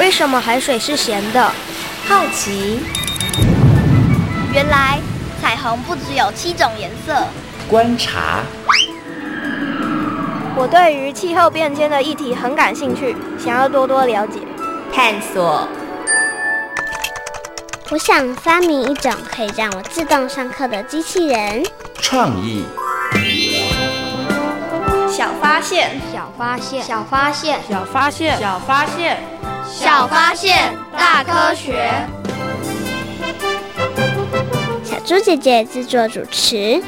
为什么海水是咸的？ 好奇。 原来彩虹不只有7种颜色。 观察。 我对于气候变迁的议题很感兴趣，想要多多了解。 探索。 我想发明一种可以让我自动上课的机器人。 创意。 小发现， 小发现， 小发现， 小发现， 小发现， 小发现，大科学。 小猪姐姐制作主持。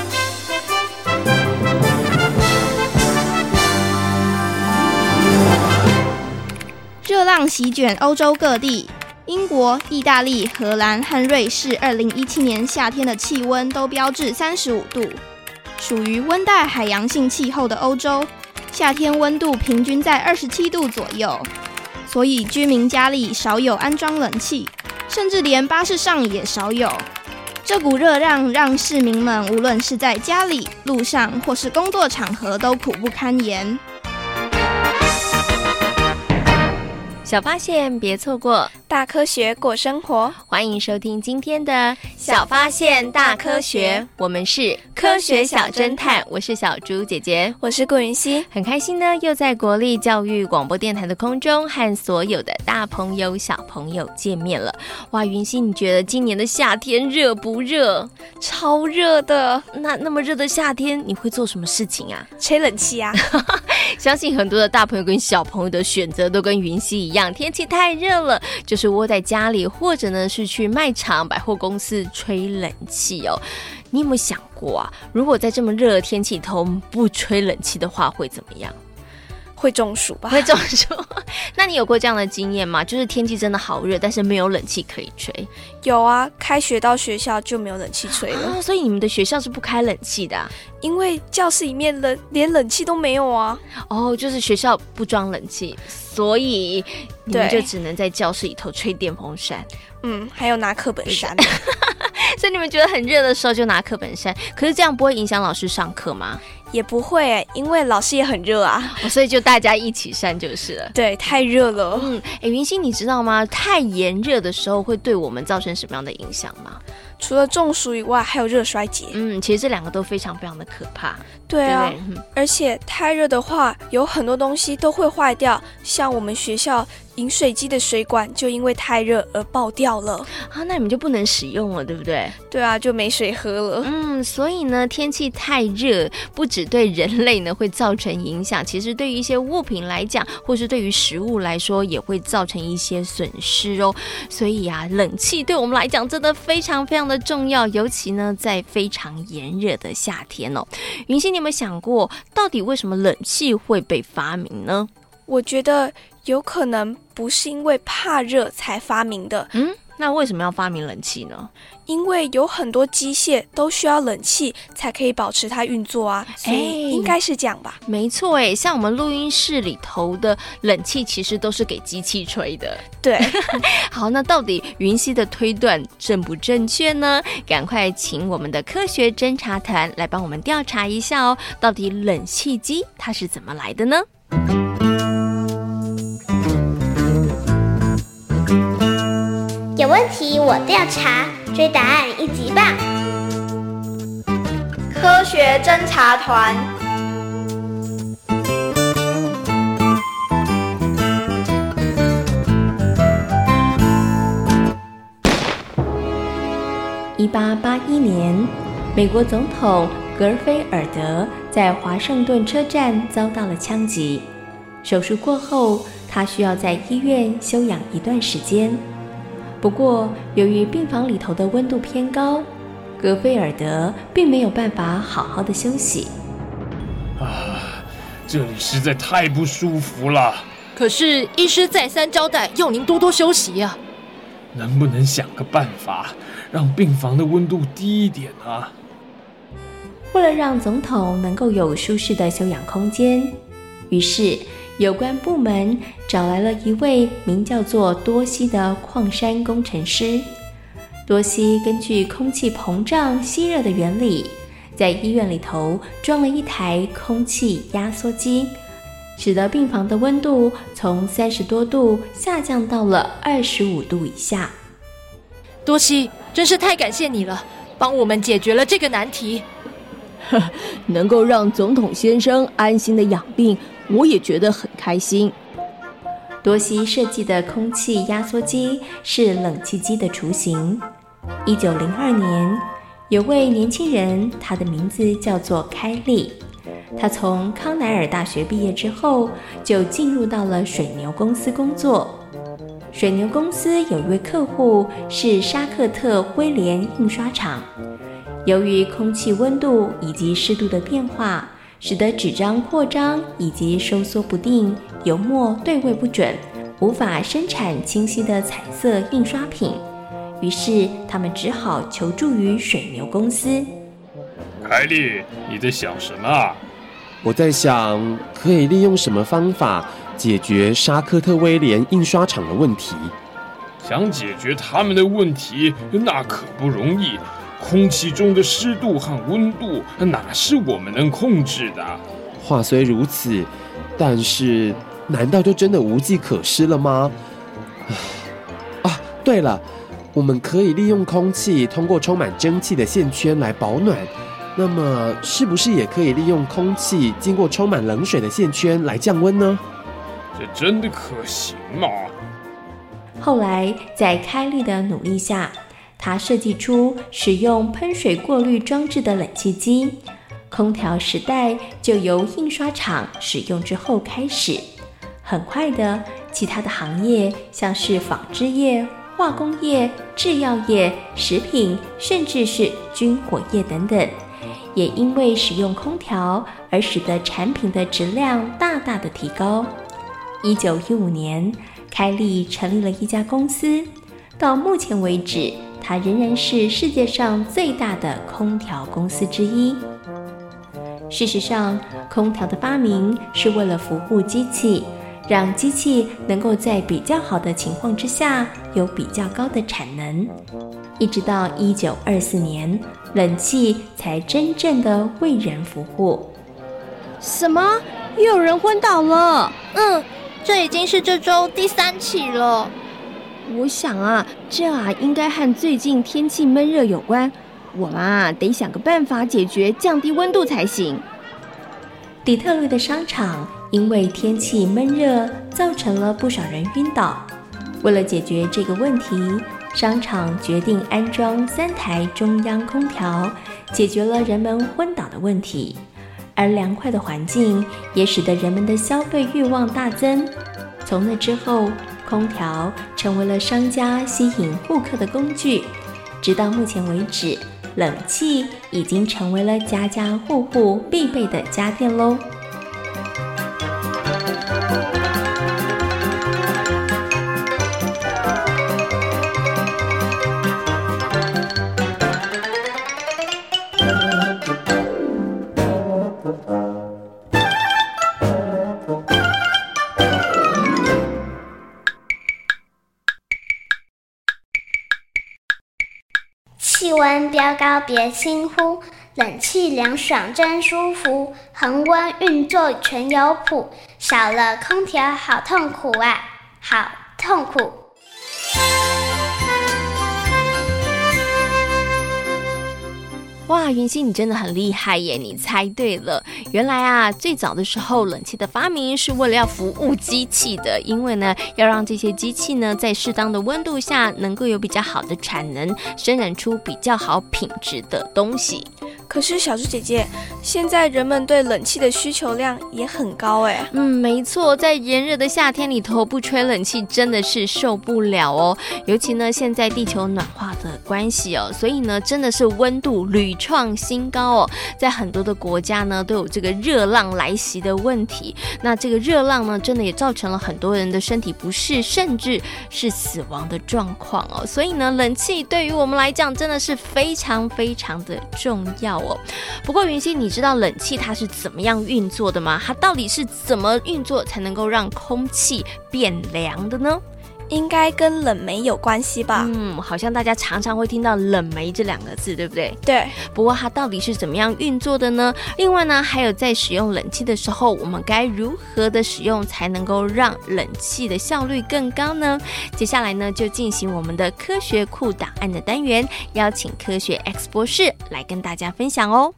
热浪席卷欧洲各地，英国、意大利、荷兰和瑞士2017年夏天的气温都标至35度。属于温带海洋性气候的欧洲，夏天温度平均在27度左右，所以居民家里少有安装冷气，甚至连巴士上也少有。这股热浪让市民们无论是在家里、路上或是工作场合都苦不堪言。 小发现别错过， 大科学过生活。 欢迎收听今天的小发现大科学，我们是科学小侦探，我是小猪姐姐， 我是顾云熙。 很开心呢，又在国立教育广播电台的空中和所有的大朋友小朋友见面了。哇，云熙，你觉得今年的夏天热不热？ 超热的。 那么热的夏天你会做什么事情啊？ 吹冷气啊。 相信很多的大朋友跟小朋友的选择都跟云熙一样，天气太热了，就是窝在家里，或者呢是去卖场、百货公司吹冷气哦。你有没有想过啊，如果在这么热的天气头不吹冷气的话会怎么样？ 会中暑吧？ 会中暑。那你有过这样的经验吗？就是天气真的好热，但是没有冷气可以吹。 有啊，开学到学校就没有冷气吹了。 所以你们的学校是不开冷气的啊？ 因为教室里面连冷气都没有啊。 哦，就是学校不装冷气，所以你们就只能在教室里头吹电风扇。 还有拿课本扇。 所以你们觉得很热的时候就拿课本扇，可是这样不会影响老师上课吗？ 也不会因为老师也很热啊。 所以就大家一起扇就是了。 对，太热了。 云熙，你知道吗？太炎热的时候会对我们造成什么样的影响吗？ 除了中暑以外，还有热衰竭。 其实这两个都非常非常的可怕。 对啊，而且太热的话，有很多东西都会坏掉，像我们学校饮水机的水管就因为太热而爆掉了啊，那你们就不能使用了，对不对？ 对啊，就没水喝了。 所以呢，天气太热，不只对人类呢会造成影响，其实对于一些物品来讲，或是对于食物来说，也会造成一些损失哦。所以啊，冷气对我们来讲真的非常非常的重要，尤其呢在非常炎热的夏天哦。云熙，你有没有想过，到底为什么冷气会被发明呢？ 我觉得有可能不是因为怕热才发明的。 那为什么要发明冷气呢？ 因为有很多机械都需要冷气才可以保持它运作啊，所以应该是这样吧。 没错耶，像我们录音室里头的冷气其实都是给机器吹的。 对。 好，那到底云熙的推断正不正确呢？赶快请我们的科学侦查团来帮我们调查一下哦，到底冷气机它是怎么来的呢？ 有问题我调查，追答案1级棒！ 科学侦查团。 1881年，美国总统格菲尔德在华盛顿车站遭到了枪击，手术过后，他需要在医院休养一段时间。不过，由于病房里头的温度偏高，格菲尔德并没有办法好好的休息。 这里实在太不舒服了。 可是医师再三交代，要您多多休息呀。 能不能想个办法，让病房的温度低一点啊？ 为了让总统能够有舒适的休养空间，于是有关部门找来了一位名叫做多西的矿山工程师。多西根据空气膨胀吸热的原理，在医院里头装了一台空气压缩机， 使得病房的温度从30多度下降到了25度以下。 多西，真是太感谢你了，帮我们解决了这个难题。 能够让总统先生安心的养病，我也觉得很开心。 多西设计的空气压缩机是冷气机的雏形。1902年，有位年轻人，他的名字叫做开利。他从康奈尔大学毕业之后，就进入到了水牛公司工作。水牛公司有一位客户是沙克特威廉印刷厂。由于空气温度以及湿度的变化，使得纸张扩张以及收缩不定，油墨对位不准，无法生产清晰的彩色印刷品。于是他们只好求助于水牛公司。 凯莉，你在想什么？ 我在想，可以利用什么方法解决沙克特威廉印刷厂的问题？ 想解决他们的问题，那可不容易。空气中的湿度和温度哪是我们能控制的？ 话虽如此，但是难道就真的无计可施了吗？对了，我们可以利用空气通过充满蒸汽的线圈来保暖，那么是不是也可以利用空气经过充满冷水的线圈来降温呢？ 这真的可行吗？ 后来在开利的努力下，他设计出使用喷水过滤装置的冷气机，空调时代就由印刷厂使用之后开始。很快的，其他的行业像是纺织业、化工业、制药业、食品，甚至是军火业等等，也因为使用空调而使得产品的质量大大的提高。1915年，开利成立了一家公司，到目前为止，它仍然是世界上最大的空调公司之一。事实上，空调的发明是为了服务机器，让机器能够在比较好的情况之下有比较高的产能。一直到1924年，冷气才真正的为人服务。 什么？又有人昏倒了？ 这已经是这周第3起了。 我想这应该和最近天气闷热有关。我们得想个办法解决，降低温度才行。 底特律的商场因为天气闷热，造成了不少人晕倒。为了解决这个问题，商场决定安装3台中央空调，解决了人们昏倒的问题。而凉快的环境也使得人们的消费欲望大增。从那之后，空调成为了商家吸引顾客的工具。直到目前为止，冷气已经成为了家家户户必备的家电咯。 气温飙高别轻忽，冷气凉爽真舒服，恒温运作全有谱，少了空调好痛苦啊，好痛苦。 哇，云溪你真的很厉害耶，你猜对了。原来最早的时候冷气的发明是为了要服务机器的，因为呢要让这些机器呢在适当的温度下能够有比较好的产能，生产出比较好品质的东西。 可是小猪姐姐，现在人们对冷气的需求量也很高哎。 没错，在炎热的夏天里头不吹冷气真的是受不了哦。尤其呢现在地球暖化的关系哦，所以呢真的是温度屡创新高哦。在很多的国家呢都有这个热浪来袭的问题。那这个热浪呢真的也造成了很多人的身体不适，甚至是死亡的状况哦。所以呢冷气对于我们来讲真的是非常非常的重要哦。不过云溪，你知道冷气它是怎么样运作的吗？它到底是怎么运作才能够让空气变凉的呢？ 应该跟冷媒有关系吧？ 好像大家常常会听到冷媒这2个字，对不对？ 对。 不过它到底是怎么样运作的呢？另外呢，还有在使用冷气的时候，我们该如何的使用才能够让冷气的效率更高呢？接下来呢，就进行我们的科学库档案的单元，邀请科学 X 博士来跟大家分享哦。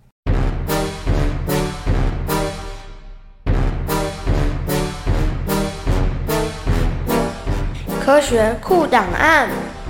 科学库档案。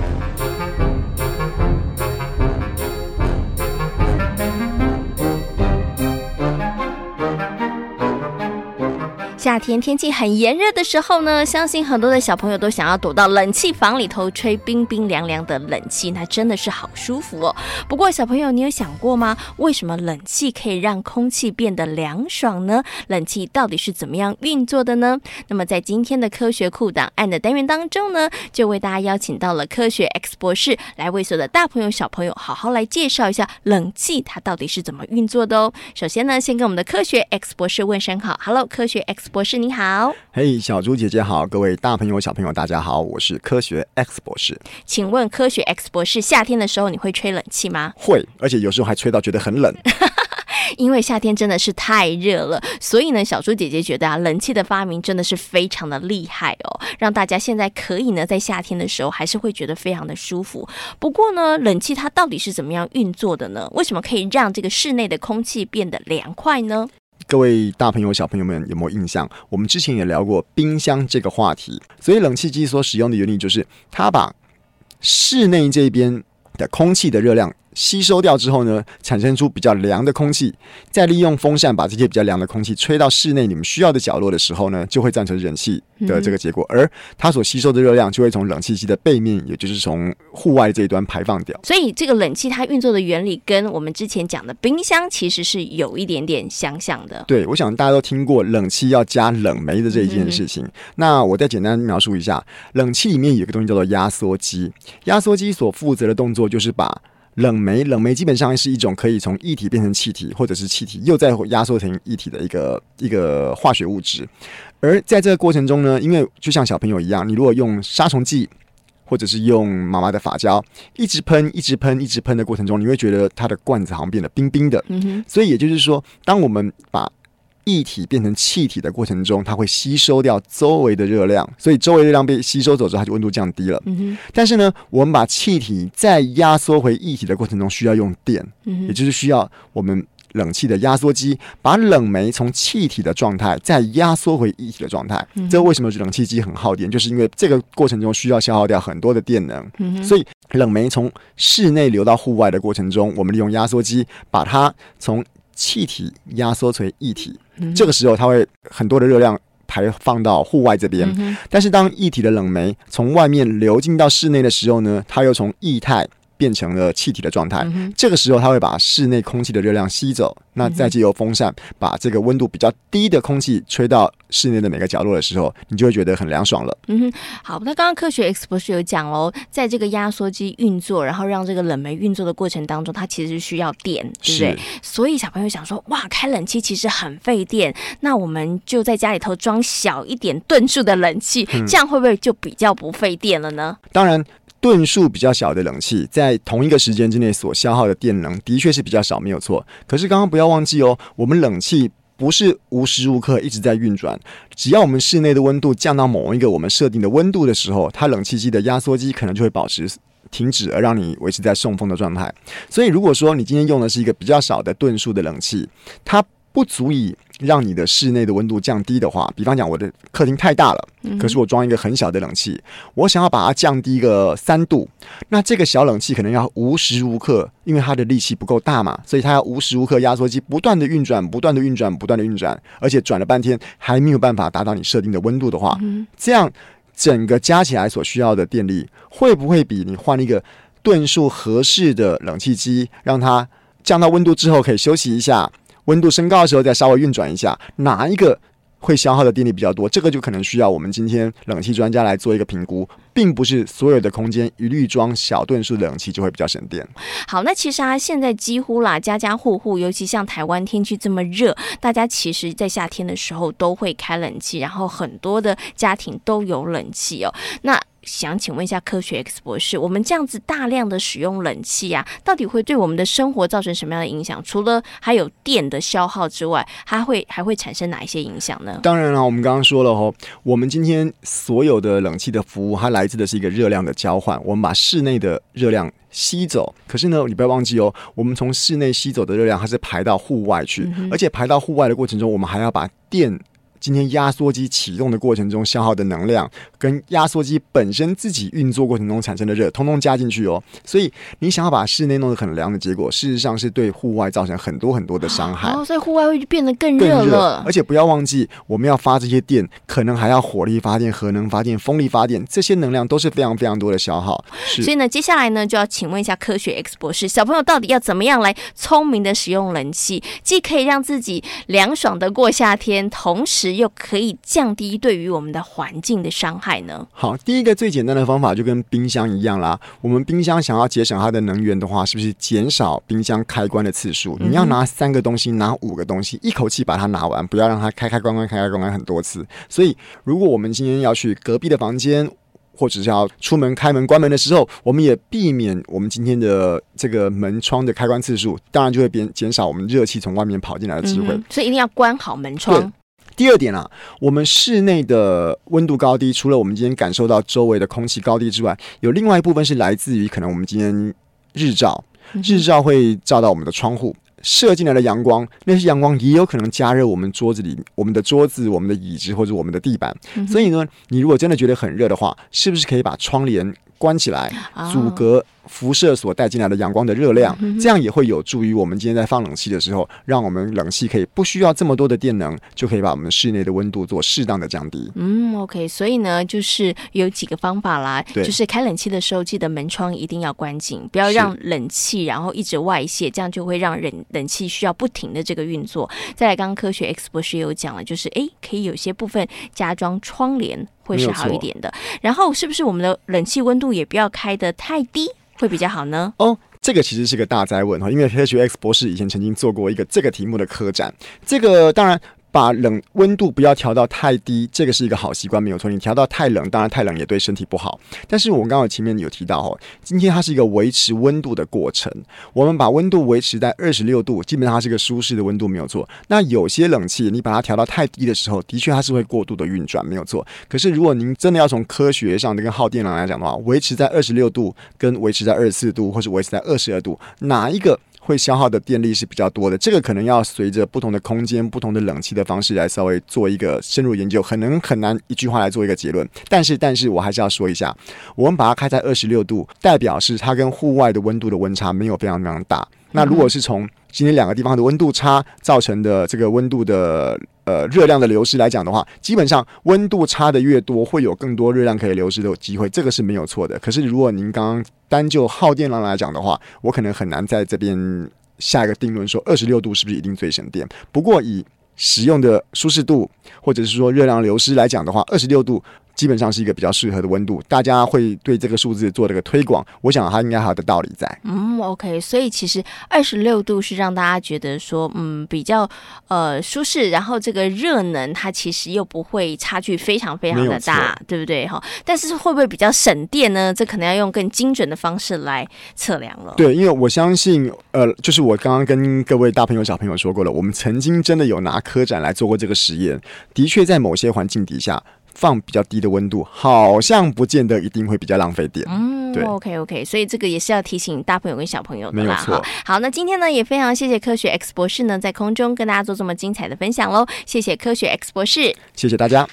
夏天天气很炎热的时候呢，相信很多的小朋友都想要躲到冷气房里头吹冰冰凉凉的冷气，那真的是好舒服哦。不过小朋友，你有想过吗？为什么冷气可以让空气变得凉爽呢？冷气到底是怎么样运作的呢？那么在今天的科学库档案的单元当中呢，就为大家邀请到了科学 X 博士来为所有的大朋友小朋友好好来介绍一下冷气它到底是怎么运作的哦。首先呢，先跟我们的科学 X 博士问声好 ，Hello， 科学 X 博士你好。 嘿，小猪姐姐好，各位大朋友小朋友大家好，我是科学 X 博士。 请问科学 X 博士，夏天的时候你会吹冷气吗？ 会，而且有时候还吹到觉得很冷。 因为夏天真的是太热了，所以呢，小猪姐姐觉得冷气的发明真的是非常的厉害哦，让大家现在可以呢在夏天的时候还是会觉得非常的舒服。不过呢，冷气它到底是怎么样运作的呢？为什么可以让这个室内的空气变得凉快呢？ 各位大朋友小朋友们有没有印象？我们之前也聊过冰箱这个话题，所以冷气机所使用的原理就是它把室内这边的空气的热量吸收掉之后呢，产生出比较凉的空气，再利用风扇把这些比较凉的空气吹到室内你们需要的角落的时候呢，就会造成冷气的这个结果，而它所吸收的热量就会从冷气机的背面，也就是从户外这一端排放掉。 所以这个冷气它运作的原理跟我们之前讲的冰箱其实是有一点点相像的。 对，我想大家都听过冷气要加冷媒的这一件事情。那我再简单描述一下，冷气里面有一个东西叫做压缩机，压缩机所负责的动作就是把冷媒基本上是一种可以从液体变成气体，或者是气体又再压缩成液体的一个化学物质。而在这个过程中呢，因为就像小朋友一样，你如果用杀虫剂或者是用妈妈的发胶一直喷的过程中，你会觉得它的罐子好像变得冰冰的。所以也就是说，当我们把液体变成气体的过程中，它会吸收掉周围的热量，所以周围热量被吸收走之后，它就温度降低了。但是呢，我们把气体再压缩回液体的过程中，需要用电，也就是需要我们冷气的压缩机把冷媒从气体的状态再压缩回液体的状态。这为什么冷气机很耗电？就是因为这个过程中需要消耗掉很多的电能。所以冷媒从室内流到户外的过程中，我们利用压缩机把它从气体压缩成液体，这个时候它会很多的热量排放到户外这边。但是当液体的冷媒从外面流进到室内的时候呢，它又从液态变成了气体的状态。这个时候它会把室内空气的热量吸走，那再藉由风扇把这个温度比较低的空气吹到室内的每个角落的时候，你就会觉得很凉爽了。 好，那刚刚科学 X 博士有讲哦，在这个压缩机运作，然后让这个冷媒运作的过程当中，它其实需要电，对不对？所以小朋友想说，哇，开冷气其实很费电，那我们就在家里头装小一点吨数的冷气，这样会不会就比较不费电了呢？ 当然，吨数比较小的冷气在同一个时间之内所消耗的电能的确是比较少，没有错。可是刚刚不要忘记哦，我们冷气不是无时无刻一直在运转，只要我们室内的温度降到某一个我们设定的温度的时候，它冷气机的压缩机可能就会保持停止，而让你维持在送风的状态。所以如果说你今天用的是一个比较少的吨数的冷气，它不足以让你的室内的温度降低的话，比方讲我的客厅太大了，可是我装一个很小的冷气，我想要把它降低个3度，那这个小冷气可能要无时无刻，因为它的力气不够大嘛，所以它要无时无刻压缩机不断的运转，而且转了半天还没有办法达到你设定的温度的话，这样整个加起来所需要的电力会不会比你换一个吨数合适的冷气机，让它降到温度之后可以休息一下，温度升高的时候再稍微运转一下，哪一个会消耗的电力比较多？这个就可能需要我们今天冷气专家来做一个评估，并不是所有的空间一律装小吨数的冷气就会比较省电。 好，那其实现在几乎啦，家家户户，尤其像台湾天气这么热，大家其实在夏天的时候都会开冷气，然后很多的家庭都有冷气哦。那想请问一下科学 X 博士，我们这样子大量的使用冷气啊，到底会对我们的生活造成什么样的影响？除了还有电的消耗之外，还会产生哪一些影响呢？ 当然了，我们刚刚说了我们今天所有的冷气的服务，它来自的是一个热量的交换，我们把室内的热量吸走，可是呢，你不要忘记我们从室内吸走的热量，它是排到户外去，而且排到户外的过程中，我们还要把电。今天压缩机启动的过程中消耗的能量，跟压缩机本身自己运作过程中产生的热，通通加进去所以你想要把室内弄得很凉的结果，事实上是对户外造成很多很多的伤害。 所以户外会变得更热了。 而且不要忘记，我们要发这些电，可能还要火力发电、核能发电、风力发电，这些能量都是非常非常多的消耗。 所以呢，接下来呢，就要请问一下科学 X 博士，小朋友到底要怎么样来聪明的使用冷气，既可以让自己凉爽的过夏天，同时又可以降低对于我们的环境的伤害呢？ 好，第一个最简单的方法就跟冰箱一样啦。我们冰箱想要节省它的能源的话，是不是减少冰箱开关的次数？你要拿3个东西，拿5个东西，一口气把它拿完，不要让它开关很多次。所以，如果我们今天要去隔壁的房间，或者是要出门开门关门的时候，我们也避免我们今天的这个门窗的开关次数，当然就会减少我们热气从外面跑进来的机会。 所以一定要关好门窗。 第二点我们室内的温度高低，除了我们今天感受到周围的空气高低之外，有另外一部分是来自于可能我们今天日照会照到我们的窗户，射进来的阳光，那些阳光也有可能加热我们桌子里、我们的桌子、我们的椅子或者我们的地板。所以呢，你如果真的觉得很热的话，是不是可以把窗帘关起来，阻隔辐射所带进来的阳光的热量，这样也会有助于我们今天在放冷气的时候，让我们冷气可以不需要这么多的电能，就可以把我们室内的温度做适当的降低。 OK， 所以呢，就是有几个方法啦，就是开冷气的时候，记得门窗一定要关紧，不要让冷气然后一直外泄，这样就会让冷气需要不停的这个运作。再来，刚刚科学 X 博士有讲了，就是可以有些部分加装窗帘会是好一点的。然后是不是我们的冷气温度也不要开得太低，会比较好呢？ 这个其实是个大哉问因为科学 X 博士以前曾经做过一个这个题目的科展。这个当然把温度不要调到太低，这个是一个好习惯，没有错。你调到太冷，当然太冷也对身体不好。但是我们刚刚前面有提到今天它是一个维持温度的过程。我们把温度维持在26度，基本上它是一个舒适的温度，没有错。那有些冷气你把它调到太低的时候，的确它是会过度的运转，没有错。可是如果您真的要从科学上跟耗电量来讲的话，维持在26度跟维持在24度或者维持在22度，哪一个会消耗的电力是比较多的？这个可能要随着不同的空间、不同的冷气的方式来稍微做一个深入研究，可能很难一句话来做一个结论。但是我还是要说一下，我们把它开在26度，代表是它跟户外的温度的温差没有非常非常大。那如果是从今天2个地方的温度差造成的这个温度的热量的流失来讲的话，基本上温度差的越多，会有更多热量可以流失的机会，这个是没有错的。可是如果您刚刚单就耗电量来讲的话，我可能很难在这边下一个定论说26度是不是一定最省电。不过以使用的舒适度或者是说热量流失来讲的话，26度基本上是一个比较适合的温度，大家会对这个数字做这个推广，我想它应该还有的道理在。 OK， 所以其实26度是让大家觉得说比较舒适，然后这个热能它其实又不会差距非常非常的大，对不对？但是会不会比较省电呢？这可能要用更精准的方式来测量了。 对，因为我相信就是我刚刚跟各位大朋友小朋友说过了，我们曾经真的有拿科展来做过这个实验，的确在某些环境底下放比较低的温度，好像不见得一定会比较浪费电。对 OK， 所以这个也是要提醒大朋友跟小朋友的啦。 没有错。 好，那今天呢也非常谢谢科学 X 博士呢在空中跟大家做这么精彩的分享喽，谢谢科学 X 博士， 谢谢大家。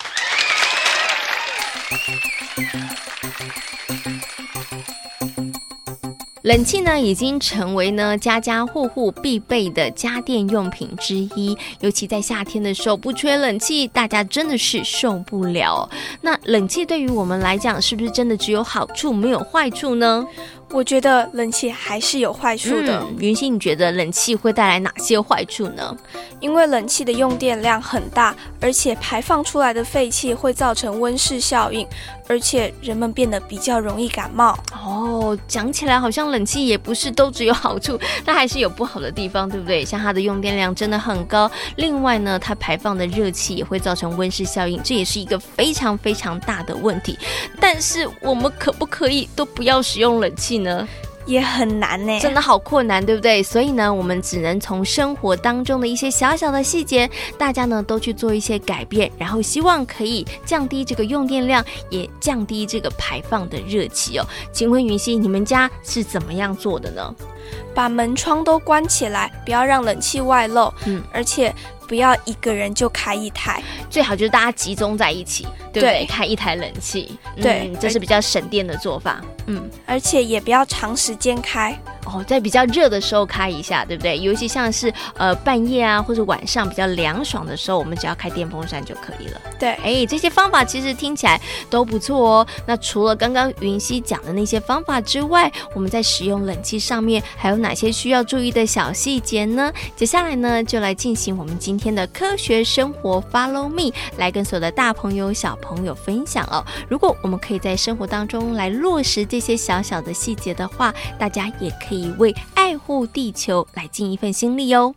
冷气呢已经成为呢家家户户必备的家电用品之一，尤其在夏天的时候不吹冷气，大家真的是受不了。那冷气对于我们来讲是不是真的只有好处没有坏处呢？ 我觉得冷气还是有坏处的。 云溪，你觉得冷气会带来哪些坏处呢？ 因为冷气的用电量很大，而且排放出来的废气会造成温室效应，而且人们变得比较容易感冒。 讲起来好像冷气也不是都只有好处，它还是有不好的地方，对不对？像它的用电量真的很高，另外呢，它排放的热气也会造成温室效应，这也是一个非常非常大的问题。但是我们可不可以都不要使用冷气呢？ 也很难呢， 真的好困难，对不对？所以呢，我们只能从生活当中的一些小小的细节，大家呢都去做一些改变，然后希望可以降低这个用电量，也降低这个排放的热气哦。请问云溪，你们家是怎么样做的呢？ 把门窗都关起来，不要让冷气外漏，而且不要一个人就开一台， 最好就是大家集中在一起，对不对？开一台冷气， 对， 这是比较省电的做法。 而且也不要长时间开。 在比较热的时候开一下，对不对？尤其像是半夜啊，或者晚上比较凉爽的时候，我们只要开电风扇就可以了。 对， 这些方法其实听起来都不错哦。那除了刚刚云溪讲的那些方法之外，我们在使用冷气上面还有哪些需要注意的小细节呢？接下来呢，就来进行我们今天的科学生活 Follow Me， 来跟所有的大朋友小朋友分享哦。如果我们可以在生活当中来落实这些小小的细节的话，大家也可以为爱护地球来尽一份心力哦。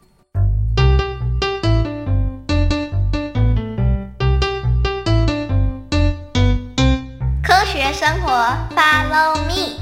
科学生活 Follow Me。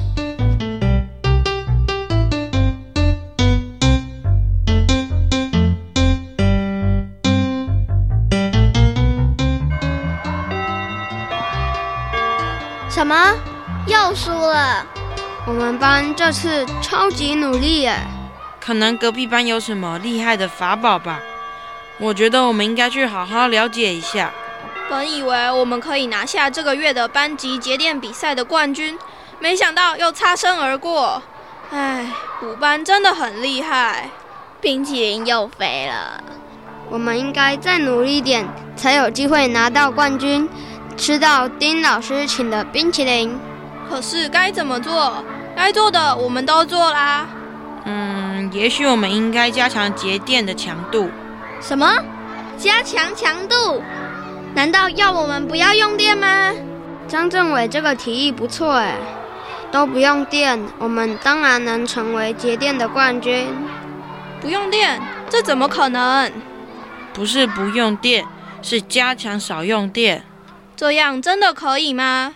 什么？又输了？我们班这次超级努力耶！ 可能隔壁班有什么厉害的法宝吧？我觉得我们应该去好好了解一下。 本以为我们可以拿下这个月的班级节电比赛的冠军，没想到又擦身而过。5班真的很厉害， 冰淇淋又飞了。我们应该再努力点，才有机会拿到冠军，吃到丁老师请的冰淇淋。 可是该怎么做？该做的我们都做啦。 也许我们应该加强节电的强度。 什么？加强强度？难道要我们不要用电吗？张政委这个提议不错哎，都不用电，我们当然能成为节电的冠军。 不用电？这怎么可能？ 不是不用电，是加强少用电。 这样真的可以吗？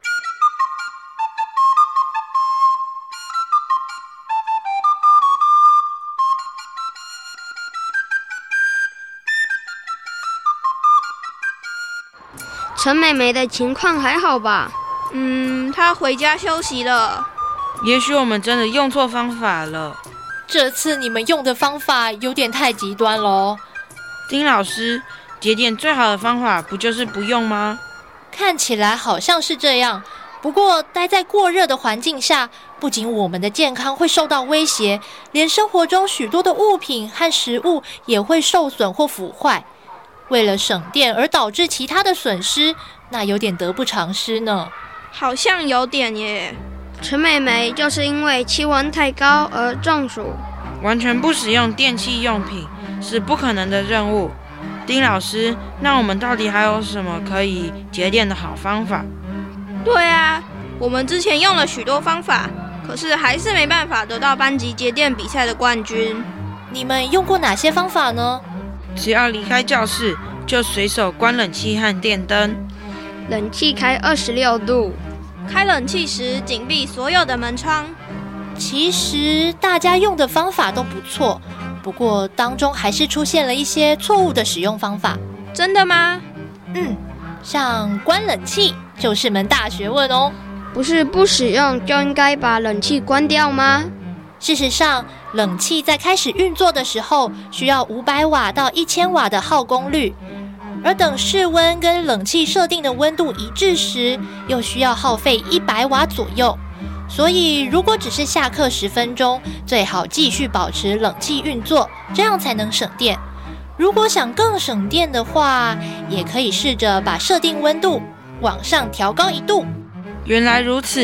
陈美美的情况还好吧？ 她回家休息了。 也许我们真的用错方法了。 这次你们用的方法有点太极端咯。 丁老师，节电最好的方法不就是不用吗？ 看起来好像是这样，不过待在过热的环境下，不仅我们的健康会受到威胁，连生活中许多的物品和食物也会受损或腐坏。为了省电而导致其他的损失，那有点得不偿失呢。 好像有点耶。 陈美美就是因为气温太高而中暑。 完全不使用电器用品是不可能的任务。丁老师，那我们到底还有什么可以节电的好方法？ 对啊，我们之前用了许多方法，可是还是没办法得到班级节电比赛的冠军。 你们用过哪些方法呢？ 只要离开教室，就随手关冷气和电灯。 冷气开26度。 开冷气时紧闭所有的门窗。 其实大家用的方法都不错，不过当中还是出现了一些错误的使用方法。 真的吗？ 像关冷气就是门大学问哦。 不是不使用就应该把冷气关掉吗？ 事实上，冷气在开始运作的时候需要500瓦到1000瓦的耗功率，而等室温跟冷气设定的温度一致时，又需要耗费100瓦左右。所以如果只是下课10分钟，最好继续保持冷气运作，这样才能省电。如果想更省电的话，也可以试着把设定温度往上调高1度。 原来如此，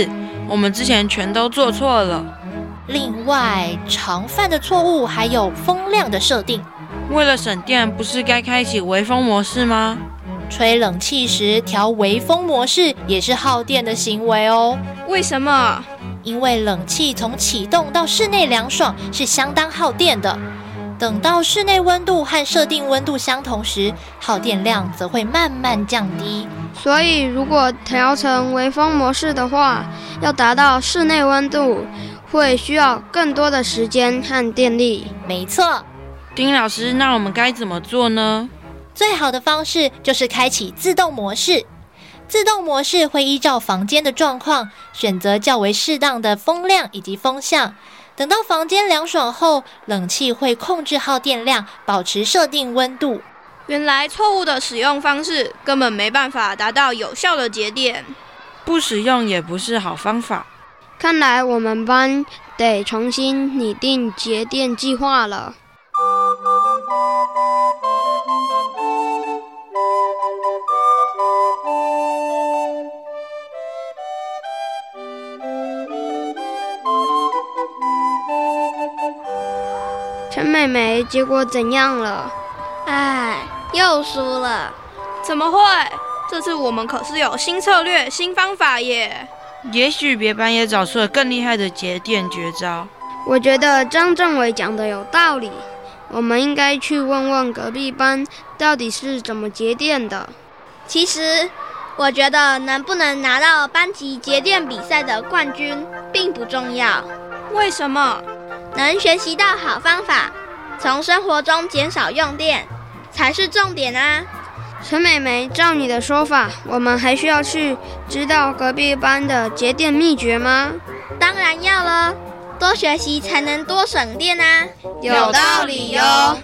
我们之前全都做错了。 另外，常犯的错误还有风量的设定。 为了省电，不是该开启微风模式吗？ 吹冷气时调微风模式也是耗电的行为哦。 为什么？ 因为冷气从启动到室内凉爽是相当耗电的，等到室内温度和设定温度相同时，耗电量则会慢慢降低。 所以如果调成微风模式的话，要达到室内温度会需要更多的时间和电力。 没错。 丁老师，那我们该怎么做呢？ 最好的方式就是开启自动模式。自动模式会依照房间的状况，选择较为适当的风量以及风向。等到房间凉爽后，冷气会控制耗电量，保持设定温度。 原来错误的使用方式根本没办法达到有效的节电， 不使用也不是好方法。 看来我们班得重新拟定节电计划了。陈妹妹，结果怎样了？ 唉，又输了。 怎么会？这次我们可是有新策略、新方法耶！ 也许别班也找出了更厉害的节电绝招。 我觉得张政委讲的有道理，我们应该去问问隔壁班到底是怎么节电的。 其实，我觉得能不能拿到班级节电比赛的冠军并不重要。 为什么？ 能学习到好方法，从生活中减少用电，才是重点啊！ 陈美眉，照你的说法，我们还需要去知道隔壁班的节电秘诀吗？ 当然要了，多学习才能多省电啊！ 有道理哟。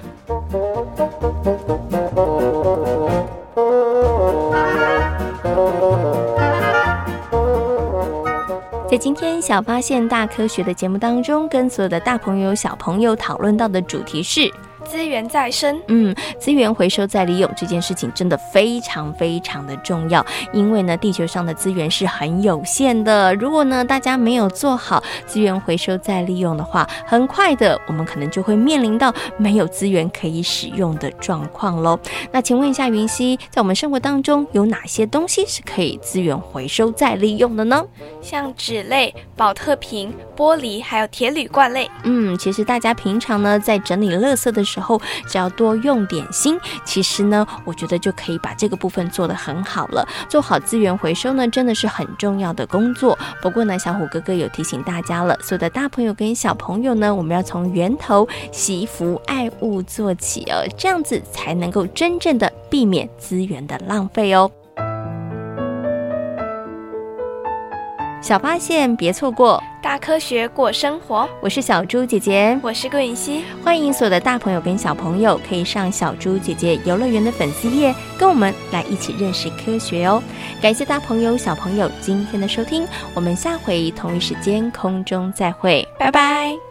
在今天小发现大科学的节目当中，跟所有的大朋友小朋友讨论到的主题是资源再生。 资源回收再利用这件事情真的非常非常的重要，因为呢地球上的资源是很有限的，如果呢大家没有做好资源回收再利用的话，很快的我们可能就会面临到没有资源可以使用的状况咯。那请问一下云溪，在我们生活当中有哪些东西是可以资源回收再利用的呢？ 像纸类、保特瓶、玻璃还有铁铝罐类。 其实大家平常呢在整理垃圾的时候，只要多用点心，其实呢我觉得就可以把这个部分做得很好了。做好资源回收呢真的是很重要的工作。不过呢小虎哥哥有提醒大家了，所有的大朋友跟小朋友呢，我们要从源头惜福爱物做起哦，这样子才能够真正的避免资源的浪费哦。小发现别错过， 大科学过生活。 我是小猪姐姐， 我是郭允熙。 欢迎所有的大朋友跟小朋友可以上小猪姐姐游乐园的粉丝页，跟我们来一起认识科学哦。感谢大朋友小朋友今天的收听，我们下回同一时间空中再会， 拜拜。